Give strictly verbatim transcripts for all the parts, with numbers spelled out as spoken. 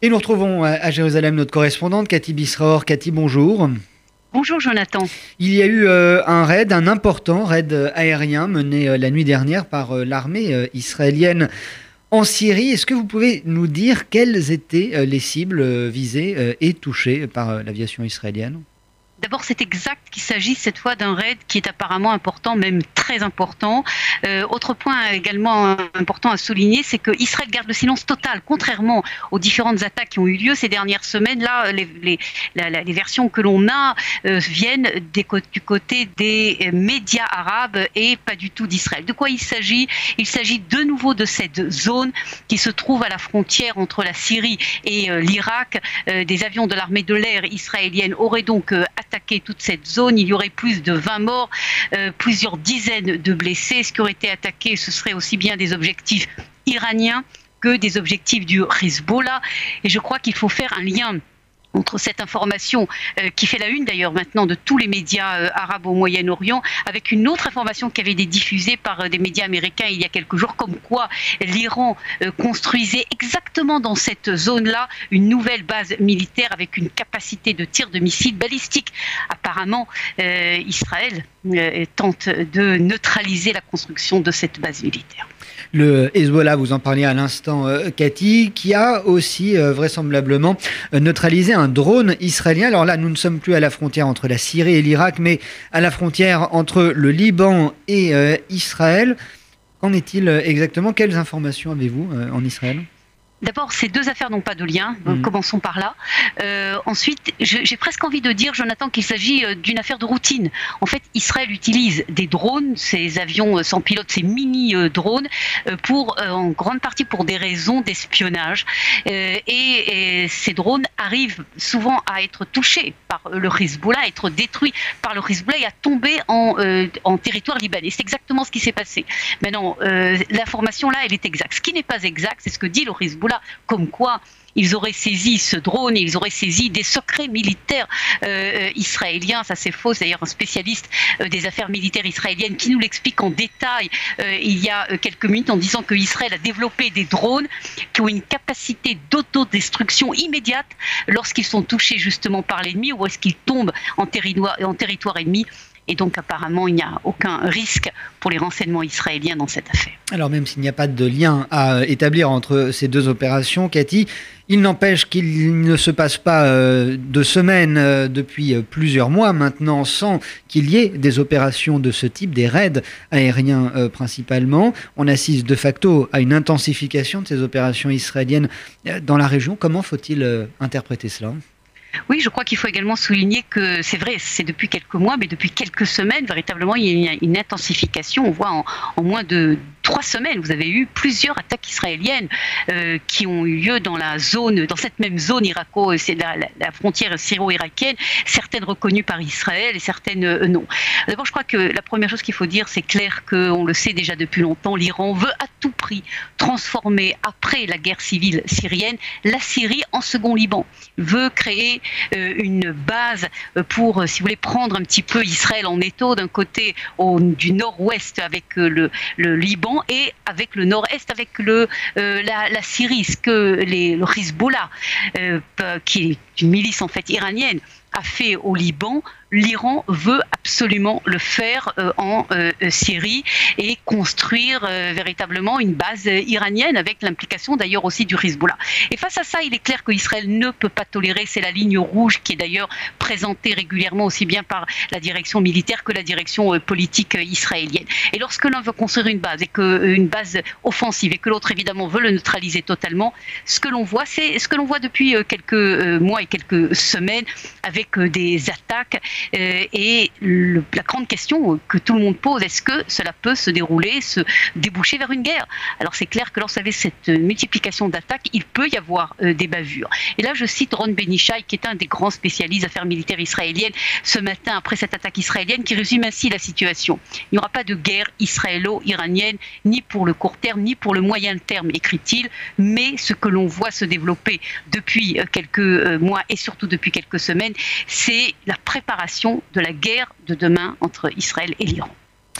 Et nous retrouvons à Jérusalem notre correspondante Cathy Bisraor. Cathy, bonjour. Bonjour Jonathan. Il y a eu euh, un raid, un important raid aérien mené euh, la nuit dernière par euh, l'armée euh, israélienne en Syrie. Est-ce que vous pouvez nous dire quelles étaient euh, les cibles euh, visées euh, et touchées par euh, l'aviation israélienne ? D'abord, c'est exact qu'il s'agit cette fois d'un raid qui est apparemment important, même très important. Euh, autre point également important à souligner, c'est que Israël garde le silence total, contrairement aux différentes attaques qui ont eu lieu ces dernières semaines. Là, les, les, la, la, les versions que l'on a euh, viennent des, du côté des médias arabes et pas du tout d'Israël. De quoi il s'agit ? Il s'agit de nouveau de cette zone qui se trouve à la frontière entre la Syrie et euh, l'Irak. Euh, des avions de l'armée de l'air israélienne auraient donc euh, attaquer toute cette zone. Il y aurait plus de vingt morts, euh, plusieurs dizaines de blessés. Ce qui aurait été attaqué, ce serait aussi bien des objectifs iraniens que des objectifs du Hezbollah. Et je crois qu'il faut faire un lien entre cette information euh, qui fait la une d'ailleurs maintenant de tous les médias euh, arabes au Moyen-Orient, avec une autre information qui avait été diffusée par euh, des médias américains il y a quelques jours, comme quoi l'Iran euh, construisait exactement dans cette zone-là une nouvelle base militaire avec une capacité de tir de missiles balistiques. Apparemment, euh, Israël euh, tente de neutraliser la construction de cette base militaire. Le Hezbollah, vous en parliez à l'instant, euh, Cathy, qui a aussi euh, vraisemblablement euh, neutralisé un drone israélien. Alors là, nous ne sommes plus à la frontière entre la Syrie et l'Irak, mais à la frontière entre le Liban et euh, Israël. Qu'en est-il exactement ? Quelles informations avez-vous euh, en Israël ? D'abord, ces deux affaires n'ont pas de lien, donc mmh. commençons par là. Euh, ensuite, je, j'ai presque envie de dire, Jonathan, qu'il s'agit d'une affaire de routine. En fait, Israël utilise des drones, ces avions sans pilote, ces mini-drones, pour, en grande partie pour des raisons d'espionnage. Euh, et, et ces drones arrivent souvent à être touchés par le Hezbollah, à être détruits par le Hezbollah et à tomber en, euh, en territoire libanais. C'est exactement ce qui s'est passé. Maintenant, euh, l'information là, elle est exacte. Ce qui n'est pas exact, c'est ce que dit le Hezbollah, comme quoi ils auraient saisi ce drone, ils auraient saisi des secrets militaires euh, israéliens. Ça, c'est faux. C'est d'ailleurs un spécialiste euh, des affaires militaires israéliennes qui nous l'explique en détail euh, il y a quelques minutes en disant que Israël a développé des drones qui ont une capacité d'autodestruction immédiate lorsqu'ils sont touchés justement par l'ennemi ou est-ce qu'ils tombent en territoire, en territoire ennemi. Et donc, apparemment, il n'y a aucun risque pour les renseignements israéliens dans cette affaire. Alors, même s'il n'y a pas de lien à établir entre ces deux opérations, Cathy, il n'empêche qu'il ne se passe pas euh, de semaines euh, depuis plusieurs mois maintenant sans qu'il y ait des opérations de ce type, des raids aériens euh, principalement. On assiste de facto à une intensification de ces opérations israéliennes euh, dans la région. Comment faut-il euh, interpréter cela ? Oui, je crois qu'il faut également souligner que c'est vrai, c'est depuis quelques mois, mais depuis quelques semaines, véritablement, il y a une intensification. On voit en, en moins de trois semaines, vous avez eu plusieurs attaques israéliennes euh, qui ont eu lieu dans la zone, dans cette même zone irako, c'est la, la, la frontière syro-irakienne, certaines reconnues par Israël et certaines euh, non. D'abord, je crois que la première chose qu'il faut dire, c'est clair qu'on le sait déjà depuis longtemps, l'Iran veut à tout prix transformer, après la guerre civile syrienne, la Syrie en second Liban. Il veut créer euh, une base pour, si vous voulez, prendre un petit peu Israël en étau, d'un côté au, du nord-ouest avec euh, le, le Liban, et avec le nord-est, avec le, euh, la, la Syrie, ce que les, le Hezbollah, euh, qui est une milice en fait iranienne, a fait au Liban, l'Iran veut absolument le faire euh, en euh, Syrie et construire euh, véritablement une base iranienne avec l'implication d'ailleurs aussi du Hezbollah. Et face à ça, il est clair qu'Israël ne peut pas tolérer, c'est la ligne rouge qui est d'ailleurs présentée régulièrement aussi bien par la direction militaire que la direction euh, politique euh, israélienne. Et lorsque l'un veut construire une base et que euh, une base offensive et que l'autre évidemment veut le neutraliser totalement, ce que l'on voit, c'est ce que l'on voit depuis euh, quelques euh, mois et quelques semaines avec euh, des attaques. Euh, et le, la grande question que tout le monde pose, est-ce que cela peut se dérouler, se déboucher vers une guerre ? Alors c'est clair que lorsqu'il y avait cette multiplication d'attaques, il peut y avoir euh, des bavures. Et là je cite Ron Ben-Ishai, qui est un des grands spécialistes d'affaires militaires israéliennes, ce matin après cette attaque israélienne, qui résume ainsi la situation. Il n'y aura pas de guerre israélo-iranienne, ni pour le court terme, ni pour le moyen terme, écrit-il, mais ce que l'on voit se développer depuis quelques mois et surtout depuis quelques semaines, c'est la préparation de la guerre de demain entre Israël et l'Iran.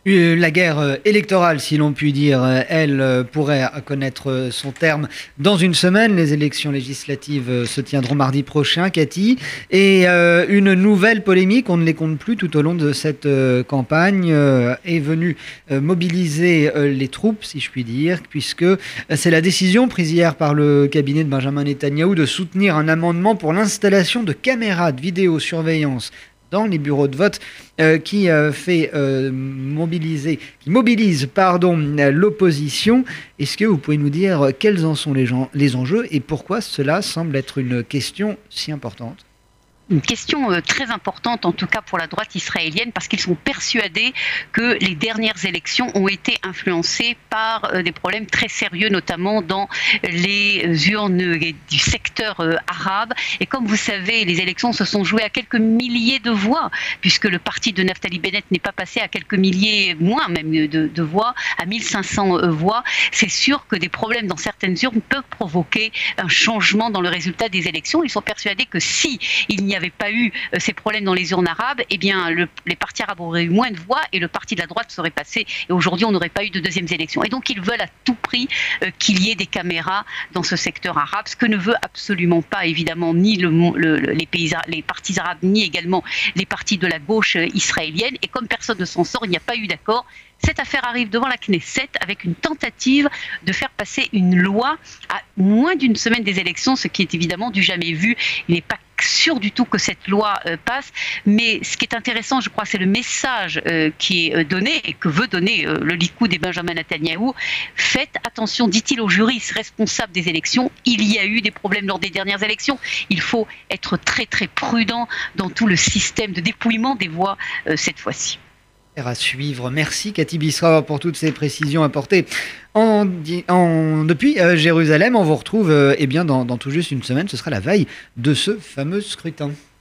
Euh, La guerre électorale, si l'on peut dire, elle pourrait connaître son terme dans une semaine. Les élections législatives se tiendront mardi prochain, Cathy. Et euh, une nouvelle polémique, on ne les compte plus tout au long de cette euh, campagne, euh, est venue euh, mobiliser euh, les troupes, si je puis dire, puisque c'est la décision prise hier par le cabinet de Benjamin Netanyahou de soutenir un amendement pour l'installation de caméras de vidéosurveillance dans les bureaux de vote euh, qui euh, fait euh, mobiliser, qui mobilise pardon l'opposition. Est-ce que vous pouvez nous dire quels en sont les, gens, les enjeux et pourquoi cela semble être une question si importante? Une question euh, très importante, en tout cas pour la droite israélienne, parce qu'ils sont persuadés que les dernières élections ont été influencées par euh, des problèmes très sérieux, notamment dans les urnes du secteur euh, arabe. Et comme vous savez, les élections se sont jouées à quelques milliers de voix, puisque le parti de Naftali Bennett n'est pas passé à quelques milliers, moins même de, de voix, à mille cinq cents euh, voix. C'est sûr que des problèmes dans certaines urnes peuvent provoquer un changement dans le résultat des élections. Ils sont persuadés que si il n'y avait pas eu euh, ces problèmes dans les urnes arabes, eh bien le, les partis arabes auraient eu moins de voix et le parti de la droite serait passé et aujourd'hui on n'aurait pas eu de deuxième élection. Et donc ils veulent à tout prix euh, qu'il y ait des caméras dans ce secteur arabe, ce que ne veut absolument pas évidemment ni le, le, les, pays, les partis arabes ni également les partis de la gauche euh, israélienne. Et comme personne ne s'en sort, il n'y a pas eu d'accord. Cette affaire arrive devant la Knesset avec une tentative de faire passer une loi à moins d'une semaine des élections, ce qui est évidemment du jamais vu. Il n'est pas sûr du tout que cette loi euh, passe, mais ce qui est intéressant, je crois, c'est le message euh, qui est donné et que veut donner euh, le Likoud et Benjamin Netanyahou. Faites attention, dit-il aux juristes responsables des élections, il y a eu des problèmes lors des dernières élections. Il faut être très très prudent dans tout le système de dépouillement des voix euh, cette fois-ci. À suivre. Merci Cathy Bissra pour toutes ces précisions apportées en, en, depuis euh, Jérusalem. On vous retrouve euh, eh bien, dans, dans tout juste une semaine. Ce sera la veille de ce fameux scrutin.